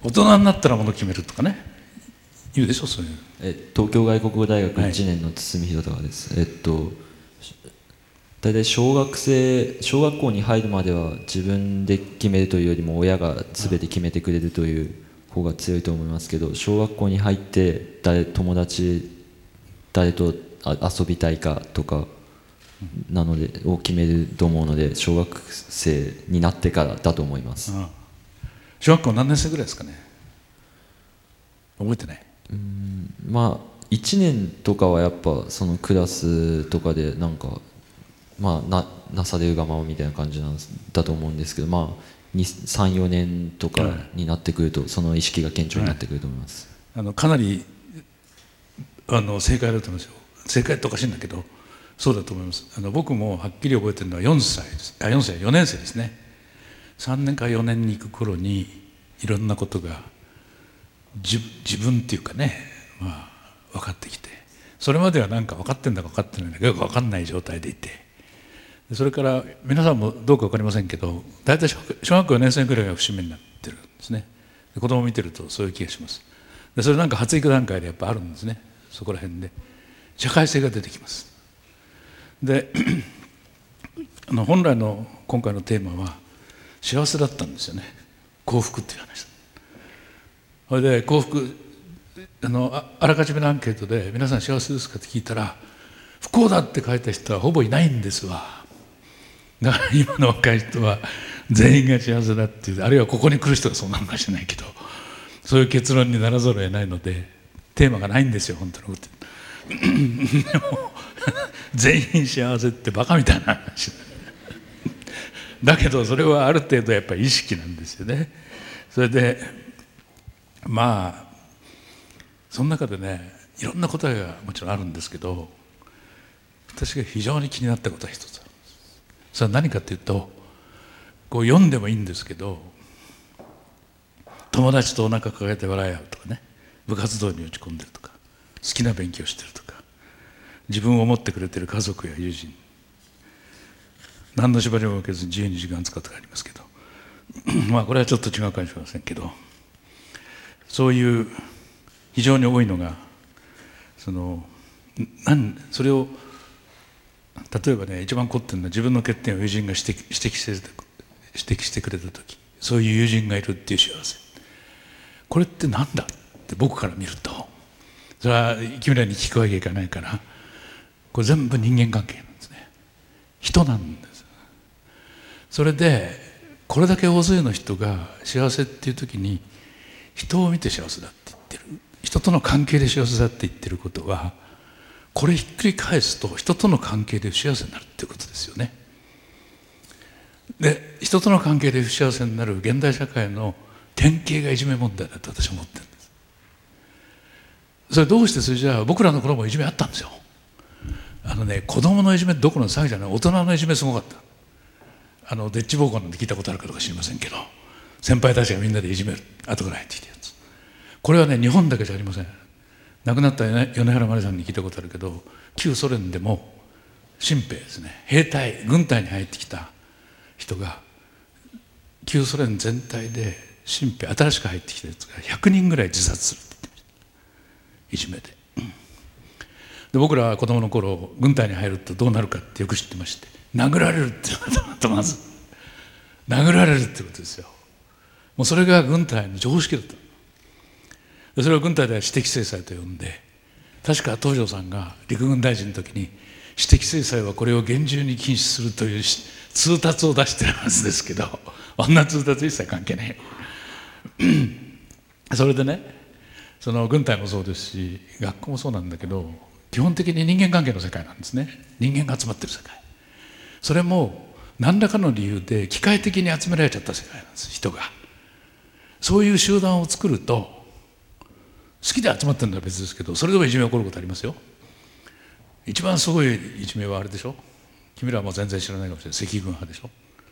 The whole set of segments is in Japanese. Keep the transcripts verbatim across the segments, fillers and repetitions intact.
大人になったらもの決めるとかね言うでしょ。そういうえ東京外国語大学いちねんの堤弘隆です、はい、えっと大体小学生小学校に入るまでは自分で決めるというよりも親が全て決めてくれるという方が強いと思いますけど、小学校に入って誰友達誰と遊びたいかとかなのでを決めると思うので、小学生になってからだと思います。 ああ小学校何年生ぐらいですかね。覚えてない。 うーんまあいちねんとかはやっぱそのクラスとかでなんかまあななされるがままみたいな感じなんだと思うんですけど、まあさんよねんとかになってくるとその意識が顕著になってくると思います、 はい、あのかなりあの正解だと思いますよ。正解っておかしいんだけどそうだと思います。あの僕もはっきり覚えてるのはよんさいです。あよんさいよねん生ですね。さんねんかよねんに行く頃にいろんなことが自, 自分っていうかね、まあ、分かってきて、それまではなんか分かってんだか分かってないんだかよく分かんない状態でいて、それから皆さんもどうか分かりませんけど大体小学校よねん生ぐらいが節目になってるんですね。で子供を見てるとそういう気がします。でそれなんか発育段階でやっぱあるんですね。そこら辺で社会性が出てきます。であの本来の今回のテーマは幸せだったんですよね。幸福っていう話。それで幸福 あの あ, あらかじめのアンケートで皆さん幸せですかって聞いたら不幸だって書いた人はほぼいないんですわ。だから今の若い人は全員が幸せだっていう、あるいはここに来る人がそうなのかもしれないけどそういう結論にならざるを得ないのでテーマがないんですよ本当のことでも全員幸せってバカみたいな話だけどそれはある程度やっぱり意識なんですよね。それでまあその中でねいろんな答えがもちろんあるんですけど、私が非常に気になったことは一つあるんです。それは何かっていうと、こう読んでもいいんですけど、友達とお腹抱えて笑い合うとかね、部活動に打ち込んでるとか、好きな勉強してるとか、自分を思ってくれてる家族や友人、何の縛りも受けずに自由に時間を使うとかありますけどまあこれはちょっと違うかもしれませんけど、そういう非常に多いのがそのなんそれを例えばね一番凝ってるのは自分の欠点を友人が指摘、指摘して指摘してくれた時、そういう友人がいるっていう幸せ、これってなんだって僕から見ると、それは君らに聞くわけいかないから、これ全部人間関係なんですね。人なんです。それでこれだけ大勢の人が幸せっていう時に人を見て幸せだって言ってる、人との関係で幸せだって言ってることは、これひっくり返すと人との関係で不幸せになるっていうことですよね。で人との関係で不幸せになる現代社会の典型がいじめ問題だと私は思ってるんです。それどうして、それじゃあ僕らの頃もいじめあったんですよ。あのね子供のいじめどころの騒ぎじゃない、大人のいじめすごかった。あのデッチ暴行なんて聞いたことあるかどうか知りませんけど、先輩たちがみんなでいじめる、後から入ってきたやつ。これはね日本だけじゃありません。亡くなった米原麻里さんに聞いたことあるけど、旧ソ連でも新兵ですね、兵隊軍隊に入ってきた人が旧ソ連全体で新兵新しく入ってきたやつがひゃくにんぐらい自殺するって言ってました、いじめで。で僕らは子供の頃軍隊に入るとどうなるかってよく知ってまして、殴られるっていうことまず殴られるってことですよ。もうそれが軍隊の常識だった。それを軍隊では私的制裁と呼んで、確か東條さんが陸軍大臣の時に私的制裁はこれを厳重に禁止するという通達を出してるはずですけど、あんな通達一切関係ないそれでね、その軍隊もそうですし学校もそうなんだけど、基本的に人間関係の世界なんですね。人間が集まってる世界、それも何らかの理由で機械的に集められちゃった世界なんです、人が。そういう集団を作ると、好きで集まってるのは別ですけど、それでもいじめ起こることありますよ。一番すごいいじめはあれでしょ、君らはもう全然知らないかもしれない、赤軍派でしょ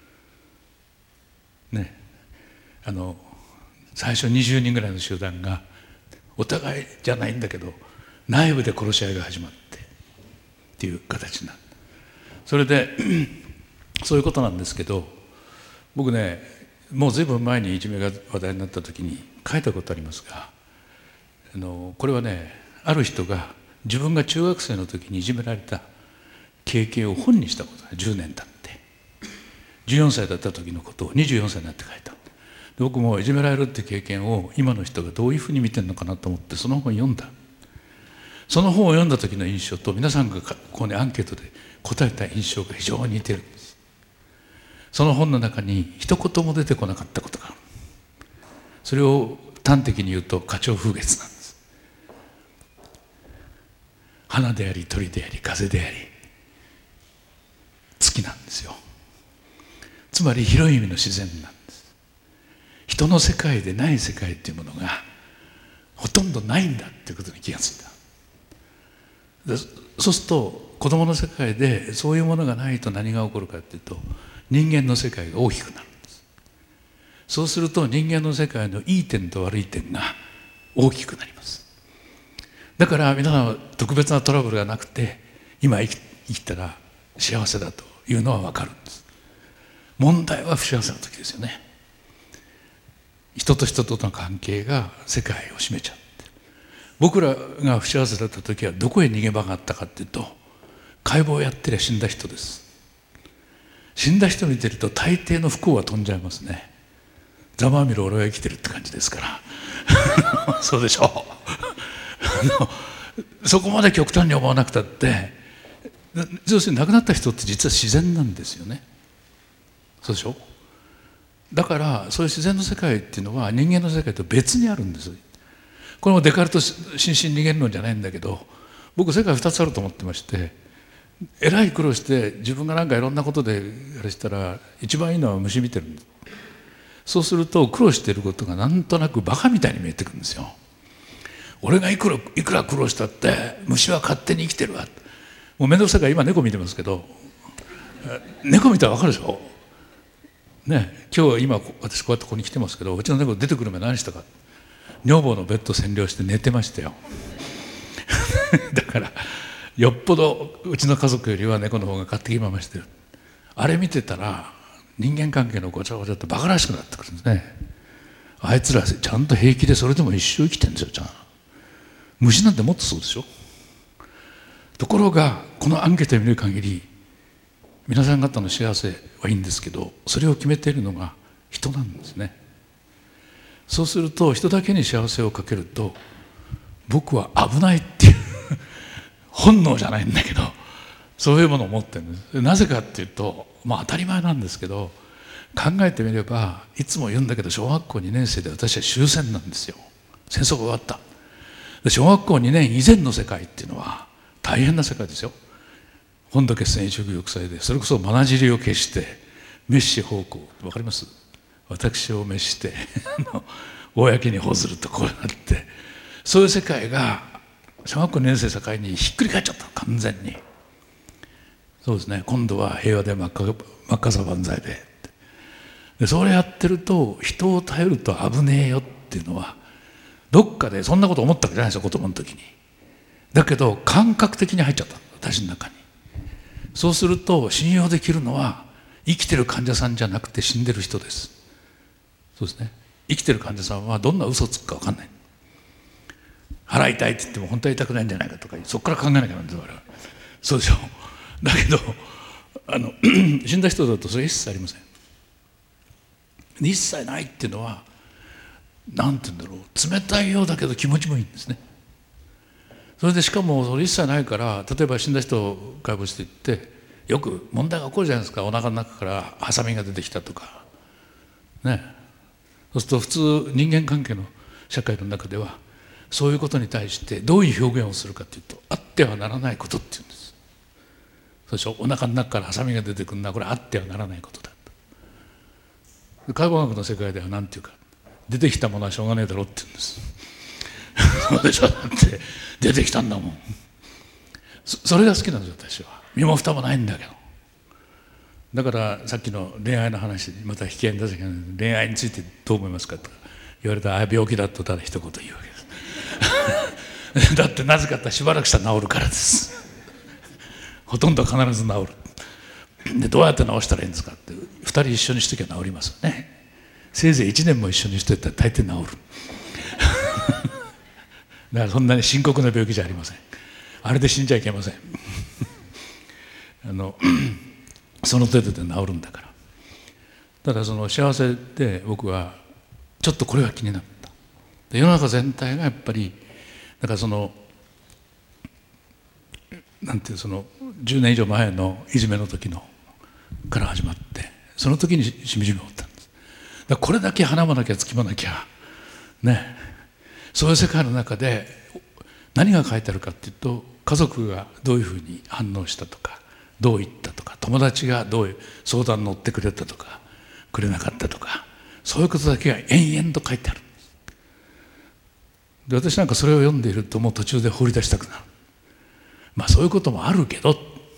ね。あの最初にじゅうにんぐらいの集団がお互いじゃないんだけど内部で殺し合いが始まってっていう形になる。それでそういうことなんですけど、僕ねもうずいぶん前にいじめが話題になった時に書いたことありますが、あのこれはね、ある人が自分が中学生の時にいじめられた経験を本にしたことがじゅうねん経って、じゅうよんさいだった時のことをにじゅうよんさいになって書いた。僕もいじめられるって経験を今の人がどういうふうに見てるのかなと思ってその本を読んだ。その本を読んだ時の印象と皆さんがここにアンケートで答えた印象が非常に似てるんです。その本の中に一言も出てこなかったことがある。それを端的に言うと花鳥風月なんです。花であり鳥であり風であり月なんですよ。つまり広い意味の自然なんです。人の世界でない世界っていうものがほとんどないんだっていうことに気がついた。でそうすると子供の世界でそういうものがないと何が起こるかっていうと、人間の世界が大きくなるんです。そうすると人間の世界のいい点と悪い点が大きくなります。だから皆さんは特別なトラブルがなくて今生き、生きたら幸せだというのは分かるんです。問題は不幸せな時ですよね。人と人との関係が世界を占めちゃう。僕らが不幸せだった時はどこへ逃げ場があったかっていうと、解剖をやってりゃ死んだ人です。死んだ人見てると大抵の不幸は飛んじゃいますね。ざまあみろ俺は生きてるって感じですからそうでしょうあのそこまで極端に思わなくたって、要するに亡くなった人って実は自然なんですよね。そうでしょ。だからそういう自然の世界っていうのは人間の世界と別にあるんです。これもデカルト心身二元論じゃないんだけど、僕世界ふたつあると思ってまして、えらい苦労して自分がなんかいろんなことであれしたら一番いいのは虫見てるんです。そうすると苦労していることがなんとなくバカみたいに見えてくるんですよ。俺がいくらいくら苦労したって虫は勝手に生きてるわ。もう面倒くさいから今猫見てますけど、猫見たら分かるでしょ。ね、今日今私こうやってここに来てますけど、うちの猫出てくる前何したか、女房のベッド占領して寝てましたよだからよっぽどうちの家族よりは猫の方が勝手にまましてる。あれ見てたら人間関係のごちゃごちゃってバカらしくなってくるんですね。あいつらちゃんと平気でそれでも一生生きてるんですよ。ちゃん虫なんてもっとそうでしょ。ところがこのアンケートを見る限り皆さん方の幸せはいいんですけど、それを決めているのが人なんですね。そうすると人だけに幸せをかけると僕は危ないっていう本能じゃないんだけどそういうものを持ってるんです。なぜかっていうと、まあ当たり前なんですけど、考えてみればいつも言うんだけど、小学校にねん生で私は終戦なんですよ。戦争が終わった。で小学校にねん以前の世界っていうのは大変な世界ですよ。本土決戦一触玉砕で、それこそまなじりを消して滅私奉公、わかります？私を滅して公に報ずるとこうなって、そういう世界が小学校にねん生境にひっくり返っちゃった。完全にそうですね。今度は平和で真っ赤、真っ赤さ万歳で、でそれやってると人を頼ると危ねえよっていうのはどっかでそんなこと思ったわけじゃないですよ、子供の時に。だけど感覚的に入っちゃった、私の中に。そうすると信用できるのは生きてる患者さんじゃなくて死んでる人です。そうですね。生きてる患者さんはどんな嘘つくか分かんない。腹痛いって言っても本当は痛くないんじゃないかとか、そこから考えなきゃなんですよ。そうでしょ。だけどあの死んだ人だとそれ一切ありません。一切ないっていうのは何て言うんだろう、冷たいようだけど気持ちもいいんですね。それでしかもそれ一切ないから、例えば死んだ人を解剖していってよく問題が起こるじゃないですか。お腹の中からハサミが出てきたとかね。そうすると普通人間関係の社会の中ではそういうことに対してどういう表現をするかというと、あってはならないことっていうんです。そうでしょ。お腹の中からハサミが出てくるのはこれあってはならないことだと。解剖学の世界では何ていうか、出てきたものはしょうがねえだろって言うんですそうでしょ。だって出てきたんだもん。 そ, それが好きなんですよ私は。身も蓋もないんだけど。だからさっきの恋愛の話、また引き合いに出せない、恋愛についてどう思いますかとか言われたら、あ病気だとただ一言言うわけですだってなぜかってしばらくしたら治るからですほとんど必ず治る。でどうやって治したらいいんですかって、ふたり一緒にしときゃ治りますよね。 せいぜいいちねんも一緒にしてたら大抵治るだからそんなに深刻な病気じゃありません。あれで死んじゃいけませんあのその程度で治るんだから。ただその幸せで僕はちょっとこれが気になった。で世の中全体がやっぱりだからそのなんていうそのじゅうねん以上前のいじめの時のから始まって、その時にしみじみ思ったんです。だからこれだけ花もなきゃ月もなきゃね、そういう世界の中で何が書いてあるかっていうと、家族がどういうふうに反応したとか、どう言ったとか、友達がどういう相談に乗ってくれたとかくれなかったとか、そういうことだけが延々と書いてある。で私なんかそれを読んでいるともう途中で放り出したくなる。まあそういうこともあるけど、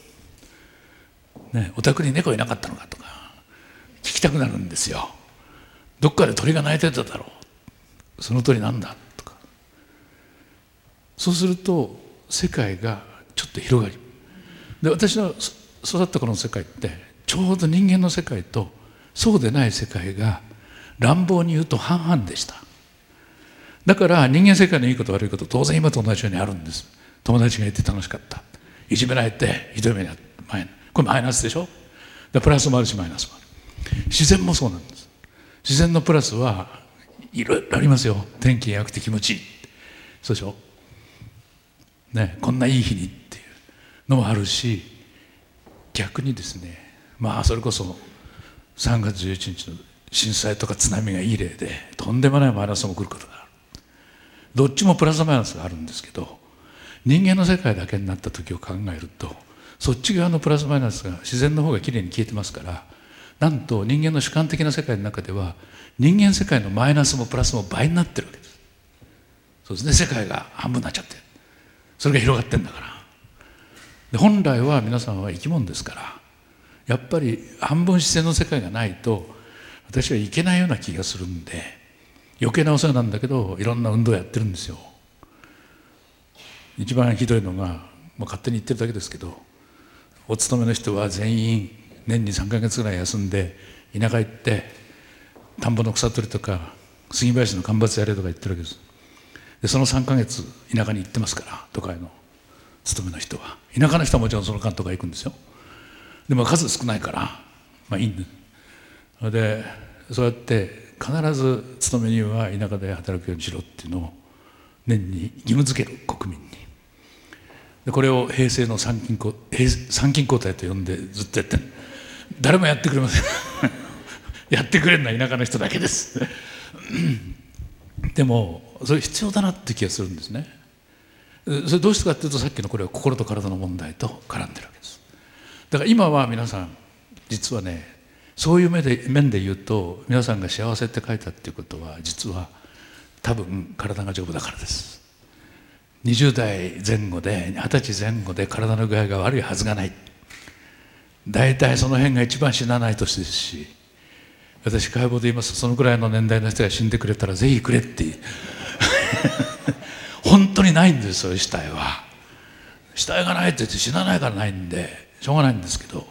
ね、お宅に猫いなかったのかとか聞きたくなるんですよ。どっかで鳥が鳴いてただろう、その鳥なんだとか。そうすると世界がちょっと広がり、で私の育った頃の世界ってちょうど人間の世界とそうでない世界が乱暴に言うと半々でした。だから人間世界のいいこと悪いこと当然今と同じようにあるんです。友達がいて楽しかった、いじめられてひどい目にあった、これマイナスでしょ。でプラスもあるしマイナスもある。自然もそうなんです。自然のプラスはいろいろありますよ。天気が良くて気持ちいい、そうでしょ、ね、こんないい日にっていうのもあるし、逆にですね、まあそれこそさんがつじゅういちにちの震災とか津波がいい例で、とんでもないマイナスも来ることがある。どっちもプラスマイナスがあるんですけど、人間の世界だけになった時を考えると、そっち側のプラスマイナスが自然の方がきれいに消えてますから、なんと人間の主観的な世界の中では人間世界のマイナスもプラスも倍になってるわけです。そうですね、世界が半分になっちゃって、それが広がってんだから。で本来は皆さんは生き物ですから、やっぱり半分自然の世界がないと私はいけないような気がするんで、余計なお世話なんだけどいろんな運動をやってるんですよ。一番ひどいのが、もう勝手に言ってるだけですけど、お勤めの人は全員年にさんかげつぐらい休んで田舎行って田んぼの草取りとか杉林の間伐やれとか言ってるわけです。でそのさんかげつ田舎に行ってますから、都会の勤めの人は。田舎の人はもちろんその間とか行くんですよ。でも数少ないからまあいいんです。でそうやって必ず勤め人は田舎で働くようにしろっていうのを年に義務付ける、国民に。でこれを平成の参勤交参勤交代と呼んでずっとやってる。誰もやってくれませんやってくれるのは田舎の人だけですでもそれ必要だなって気がするんですね。それどうしてかっていうと、さっきのこれは心と体の問題と絡んでるわけです。だから今は皆さん実はね、そういう面で面で言うと、皆さんが幸せって書いたっていうことは実は多分体が丈夫だからです。にじゅうだいぜん後ではたちぜん後で体の具合が悪いはずがない。大体その辺が一番死なない年ですし、私解剖で言いますと、そのくらいの年代の人が死んでくれたらぜひくれって本当にないんです、そういう死体は。死体がないって言って死なないからないんでしょうがないんですけど、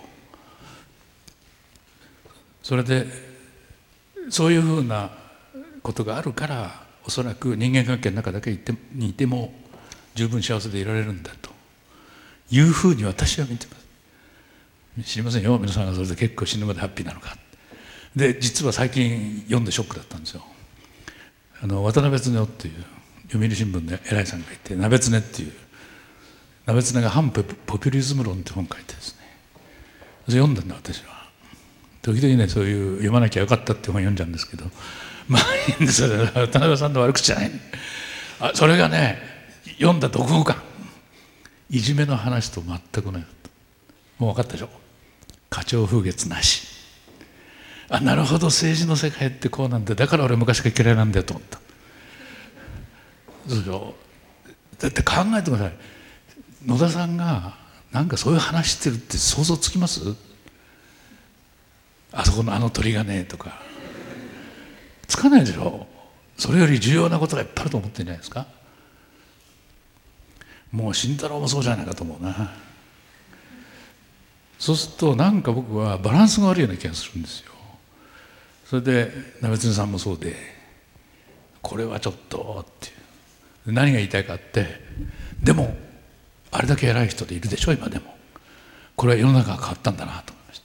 それでそういうふうなことがあるから、おそらく人間関係の中だけにいても十分幸せでいられるんだというふうに私は見てます。知りませんよ、皆さんがそれで結構死ぬまでハッピーなのか。で実は最近読んでショックだったんですよ。あの渡辺恒夫っていう読売新聞の偉いさんがいて、鍋常っていう鍋常が反ポピュリズム論って本を書いてですね、それ読んだんだ私は。時々ね、そういう読まなきゃよかったって本読んじゃうんですけど、まあいいんですよ、渡辺さんの悪口じゃない。あそれがね、読んだ読後感、いじめの話と全くない。もう分かったでしょ、花鳥風月なし。あ、なるほど、政治の世界ってこうなんだ、だから俺昔から嫌いなんだよと思った。そうでしょ。だって考えてください、野田さんがなんかそういう話してるって想像つきます？あそこのあの鳥がねとかつかないでしょ。それより重要なことがいっぱいあると思ってるんじゃないですか。もう慎太郎もそうじゃないかと思うな。そうするとなんか僕はバランスが悪いような気がするんですよ。 それで鍋常さんもそうで、これはちょっとっていう、何が言いたいかって、でもあれだけ偉い人でいるでしょ今でも。これは世の中が変わったんだなと思いました。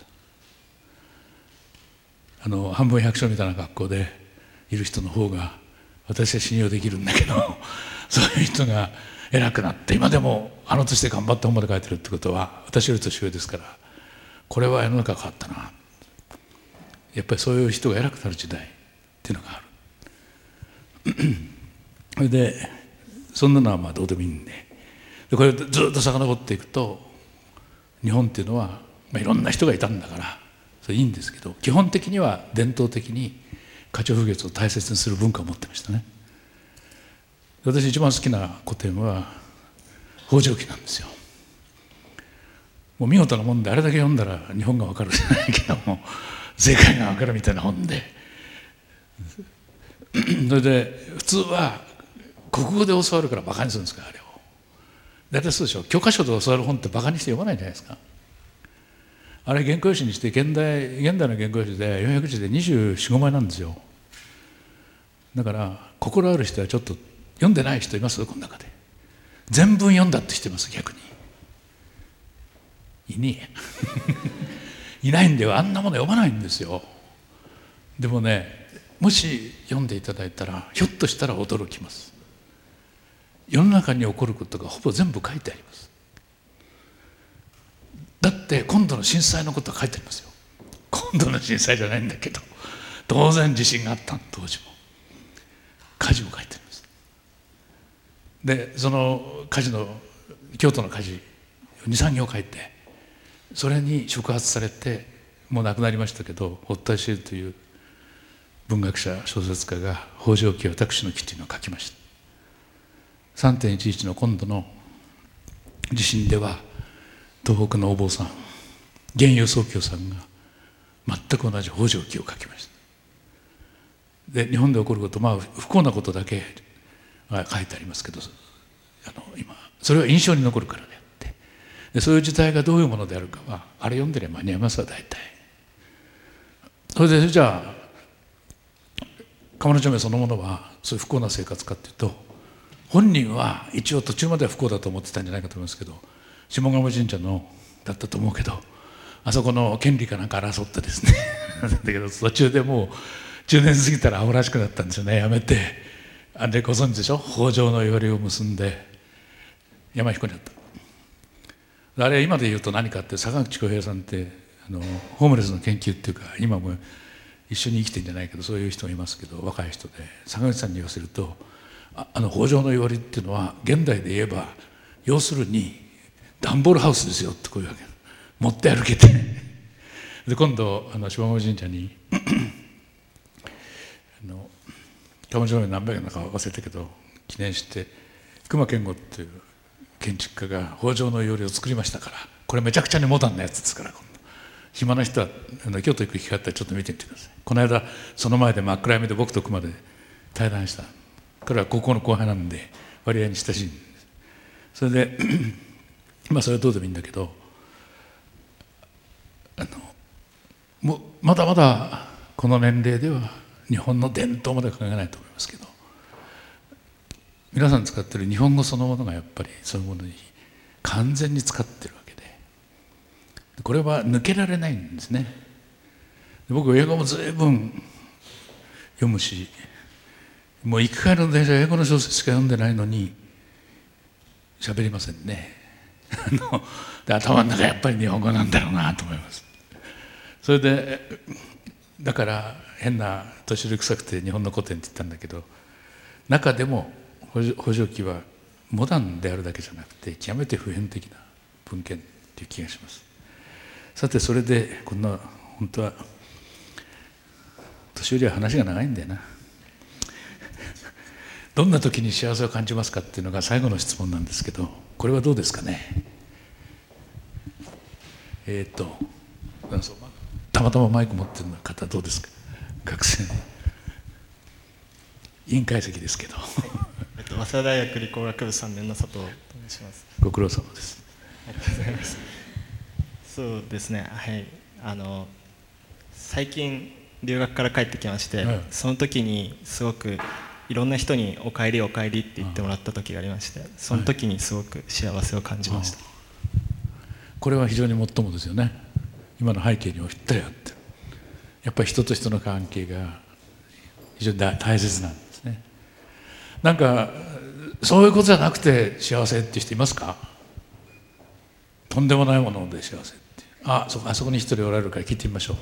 あの半分百姓みたいな学校でいる人の方が私は信用できるんだけど、そういう人が偉くなって今でもあの年で頑張って本まで書いてるってことは、私より年上ですから、これは世の中が変わったな。やっぱりそういう人が偉くなる時代っていうのがある。それでそんなのはまあどうでもいいんで、でこれずっと遡っていくと、日本っていうのは、まあ、いろんな人がいたんだからそれいいんですけど、基本的には伝統的に花鳥風月を大切にする文化を持ってましたね。私一番好きな古典は北条記なんですよ。もう見事なもんで、あれだけ読んだら日本が分かるじゃないけども、世界が分かるみたいな本で、それで普通は国語で教わるからバカにするんですから、あれを大体そうでしょ。教科書で教わる本ってバカにして読まないじゃないですか。あれ原稿用紙にして、現代現代の原稿用紙でよんひゃくじでにじゅうよん、ごまいなんですよ。だから心ある人はちょっと読んでない人います？この中で全文読んだって人います？逆にいねえいないんではあんなもの読まないんですよ。でもね、もし読んでいただいたらひょっとしたら驚きます。世の中に起こることがほぼ全部書いてあります。だって今度の震災のことは書いてありますよ。今度の震災じゃないんだけど、当然地震があった当時も火事も書いてあります。でその火事の京都の火事にさん行書いて、それに触発されて、もう亡くなりましたけど堀田茂という文学者小説家が「北条記私の記」というのを書きました。さんてんいちいちの今度の地震では東北のお坊さん源雄宗教さんが全く同じ北条記を書きました。で日本で起こること、まあ不幸なことだけが書いてありますけど、あの今それは印象に残るからであって、でそういう時代がどういうものであるかはあれ読んでれば間に合いますわ大体。それでじゃあ鴨の町名そのものはそういう不幸な生活かっていうと、本人は一応途中までは不幸だと思ってたんじゃないかと思いますけど、下鴨神社のだったと思うけど、あそこの権利かなんか争ってですねだけど途中でもうじゅうねん過ぎたらアホらしくなったんですよね。やめて、あれご存知でしょ、北条の鎧を結んで山彦にあった。あれ今で言うと何かって、坂口浩平さんってあのホームレスの研究っていうか、今も一緒に生きてるんじゃないけどそういう人がいますけど、若い人で坂口さんに言わせると、ああの北条の鎧っていうのは現代で言えば要するに段ボールハウスですよってこういうわけ、持って歩けてで今度あの下鴨神社にあの鴨町名何百円だか忘れたけど記念して隈研吾っていう建築家が北条の鎧を作りましたから、これめちゃくちゃにモダンなやつですから、今度暇な人はあの京都行く機会あったらちょっと見てみてください。この間その前で真っ暗闇で僕と熊で対談した。彼は高校の後輩なんで割合に親しいんです。それでまあそれはどうでもいいんだけど、あのもうまだまだこの年齢では日本の伝統までは考えないと思いますけど、皆さん使ってる日本語そのものがやっぱりそういうものに完全に使ってるわけで、これは抜けられないんですね。僕英語も随分読むし、もう行く帰りの電車英語の小説しか読んでないのに喋りませんねで頭の中やっぱり日本語なんだろうなと思います。それでだから変な年寄り臭くて日本の古典って言ったんだけど、中でも北条記はモダンであるだけじゃなくて極めて普遍的な文献っていう気がします。さてそれでこんな本当は年寄りは話が長いんだよなどんな時に幸せを感じますかっていうのが最後の質問なんですけど、これはどうですかね。えっとたまたまマイク持ってる方どうですか。学生委員会席ですけど、 えっと、早稲田大学理工学部さんねんの佐藤と申します。 ご苦労様です。 ありがとうございます。そうですね、はい、あの最近留学から帰ってきまして、 はい、 その時にすごくいろんな人におかえりおかえりって言ってもらった時がありまして、その時にすごく幸せを感じました。 これは非常にもっともですよね。今の背景にもぴったりあって、やっぱり人と人の関係が非常に大切なんですね。なんかそういうことじゃなくて幸せっていう人いますか？とんでもないもので幸せって。あ、そこ、あそこに一人おられるから聞いてみましょう。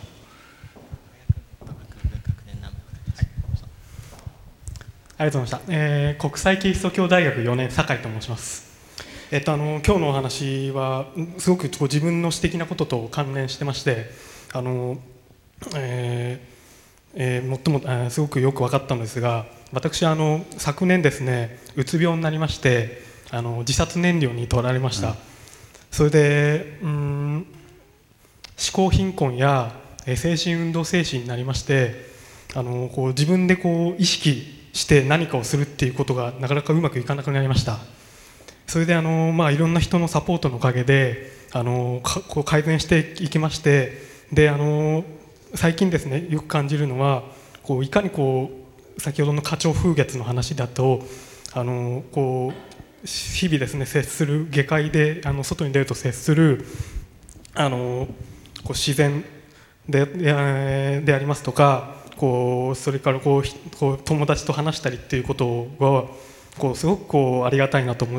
ありがとうございました。えー、国際キリスト教大学よねん酒井と申します。えっとあの今日のお話はすごくこう自分の私的なことと関連してまして、あの、えーえー、最も、えー、すごくよく分かったのですが、私あの昨年ですね、うつ病になりまして、あの自殺念慮にとられました。うん、それでうーん思考貧困や、えー、精神運動精神になりまして、あのこう自分でこう意識して何かをするっていうことがなかなかうまくいかなくなりました。それであの、まあ、いろんな人のサポートのおかげであのかこう改善していきまして、であの最近ですね、よく感じるのはこういかにこう先ほどの花鳥風月の話だと、あのこう日々ですね接する下界であの外に出ると接するあのこう自然 で, で, でありますとか、こうそれからこうこう友達と話したりっていうことがこうすごくこうありがたいなと思って、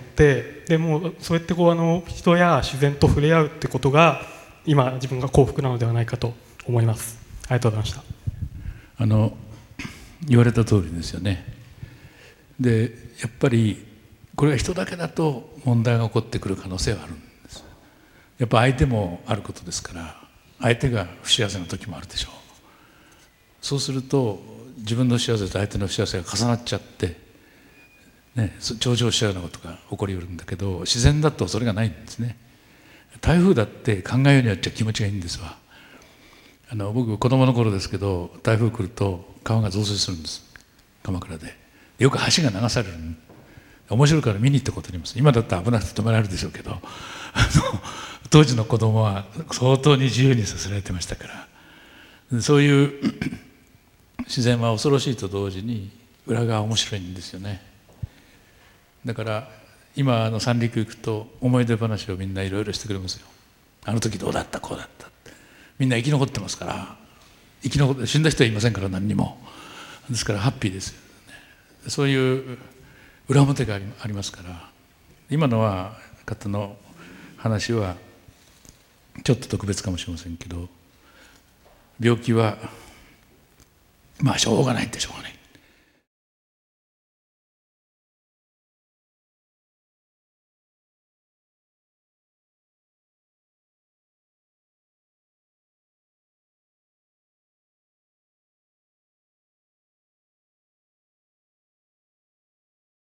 でもうそうやってこうあの人や自然と触れ合うってことが今自分が幸福なのではないかと思います。ありがとうございました。 あの言われた通りですよね。でやっぱりこれは人だけだと問題が起こってくる可能性はあるんです。やっぱ相手もあることですから、相手が不幸せな時もあるでしょう。そうすると自分の幸せと相手の幸せが重なっちゃって、ね、頂上しちゃうようなことが起こりうるんだけど、自然だとそれがないんですね。台風だって考えようによっちゃ気持ちがいいんですわ。あの僕子供の頃ですけど、台風来ると川が増水するんです、鎌倉で。よく橋が流される。面白いから見に行ったことあります。今だったら危なくて止められるでしょうけど、あの当時の子供は相当に自由にさせられてましたから、そういう自然は恐ろしいと同時に裏側面白いんですよね。だから今あの三陸行くと思い出話をみんないろいろしてくれますよ。あの時どうだったこうだったって。みんな生き残ってますから、生き残って死んだ人はいませんから、何にも。ですからハッピーですよね。そういう裏表がありますから、今のは方の話はちょっと特別かもしれませんけど、病気はまあしょうがないってしょうがない。